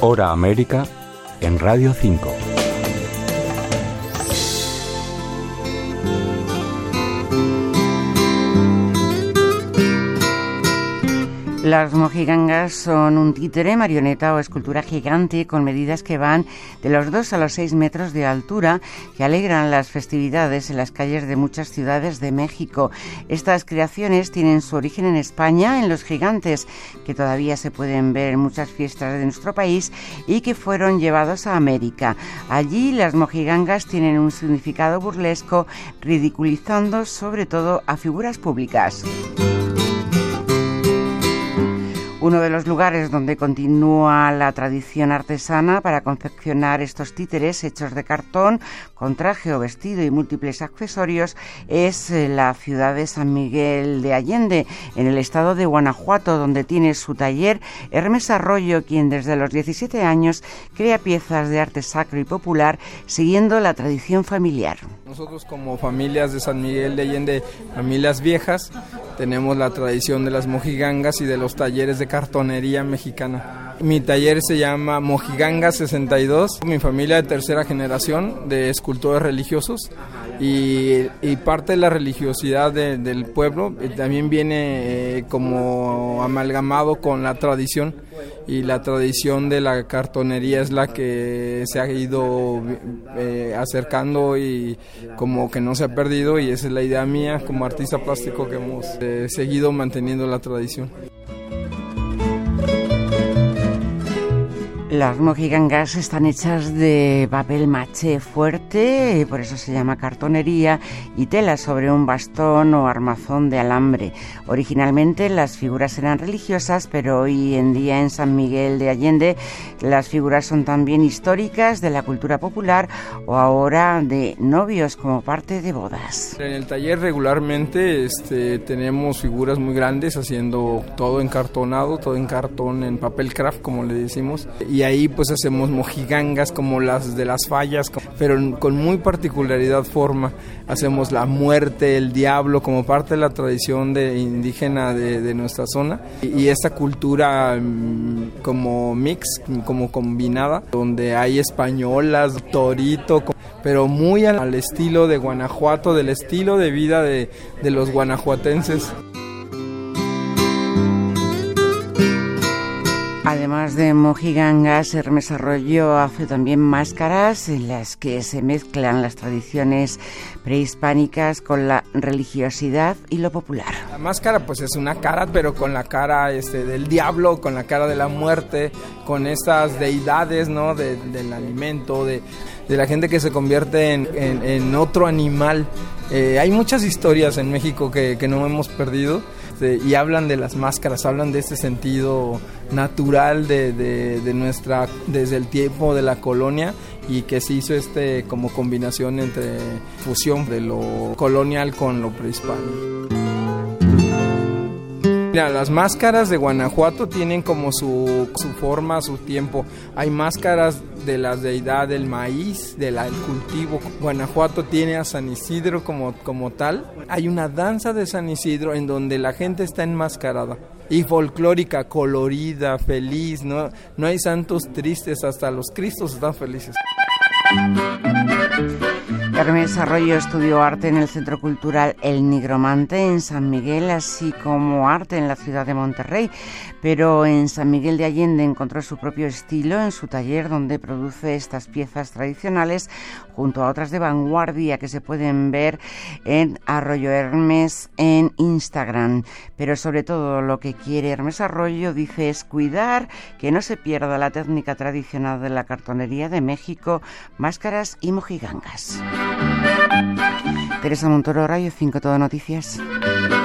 Hora América en Radio 5. Las mojigangas son un títere, marioneta o escultura gigante con medidas que van de los 2 a los 6 metros de altura que alegran las festividades en las calles de muchas ciudades de México. Estas creaciones tienen su origen en España, en los gigantes, que todavía se pueden ver en muchas fiestas de nuestro país y que fueron llevados a América. Allí las mojigangas tienen un significado burlesco, ridiculizando sobre todo a figuras públicas. Uno de los lugares donde continúa la tradición artesana para confeccionar estos títeres hechos de cartón, con traje o vestido y múltiples accesorios, es la ciudad de San Miguel de Allende, en el estado de Guanajuato, donde tiene su taller Hermes Arroyo, quien desde los 17 años crea piezas de arte sacro y popular, siguiendo la tradición familiar. Nosotros como familias de San Miguel de Allende, familias viejas, tenemos la tradición de las mojigangas y de los talleres de cartonería mexicana. Mi taller se llama Mojiganga 62. Mi familia de tercera generación de escultores religiosos y parte de la religiosidad del pueblo también viene como amalgamado con la tradición, y la tradición de la cartonería es la que se ha ido acercando y como que no se ha perdido, y esa es la idea mía como artista plástico, que hemos seguido manteniendo la tradición. Las mojigangas están hechas de papel maché fuerte, por eso se llama cartonería, y tela sobre un bastón o armazón de alambre. Originalmente las figuras eran religiosas, pero hoy en día en San Miguel de Allende las figuras son también históricas, de la cultura popular o ahora de novios como parte de bodas. En el taller regularmente tenemos figuras muy grandes, haciendo todo encartonado, todo en cartón, en papel craft como le decimos, y ahí pues hacemos mojigangas como las de las fallas, pero con muy particularidad forma. Hacemos la muerte, el diablo, como parte de la tradición indígena de nuestra zona, y esta cultura como mix, como combinada, donde hay españolas, torito, pero muy al estilo de Guanajuato, del estilo de vida de los guanajuatenses. Además de mojigangas, Hermes Arroyo hace también máscaras en las que se mezclan las tradiciones prehispánicas con la religiosidad y lo popular. La máscara pues es una cara, pero con la cara del diablo, con la cara de la muerte, con estas deidades, ¿no? Del alimento, de la gente que se convierte en otro animal. Hay muchas historias en México que no hemos perdido, y hablan de las máscaras, hablan de este sentido natural de nuestra, desde el tiempo de la colonia, y que se hizo como combinación entre fusión de lo colonial con lo prehispánico. Mira, las máscaras de Guanajuato tienen como su forma, su tiempo. Hay máscaras de la deidad del maíz, del cultivo. Guanajuato tiene a San Isidro como tal. Hay una danza de San Isidro en donde la gente está enmascarada y folclórica, colorida, feliz. No hay santos tristes, hasta los cristos están felices. Hermes Arroyo estudió arte en el Centro Cultural El Nigromante en San Miguel, así como arte en la ciudad de Monterrey, pero en San Miguel de Allende encontró su propio estilo en su taller, donde produce estas piezas tradicionales junto a otras de vanguardia que se pueden ver en Arroyo Hermes en Instagram. Pero sobre todo lo que quiere Hermes Arroyo, dice, es cuidar que no se pierda la técnica tradicional de la cartonería de México, máscaras y mojigangas. Teresa Montoro, Radio 5, Todo Noticias.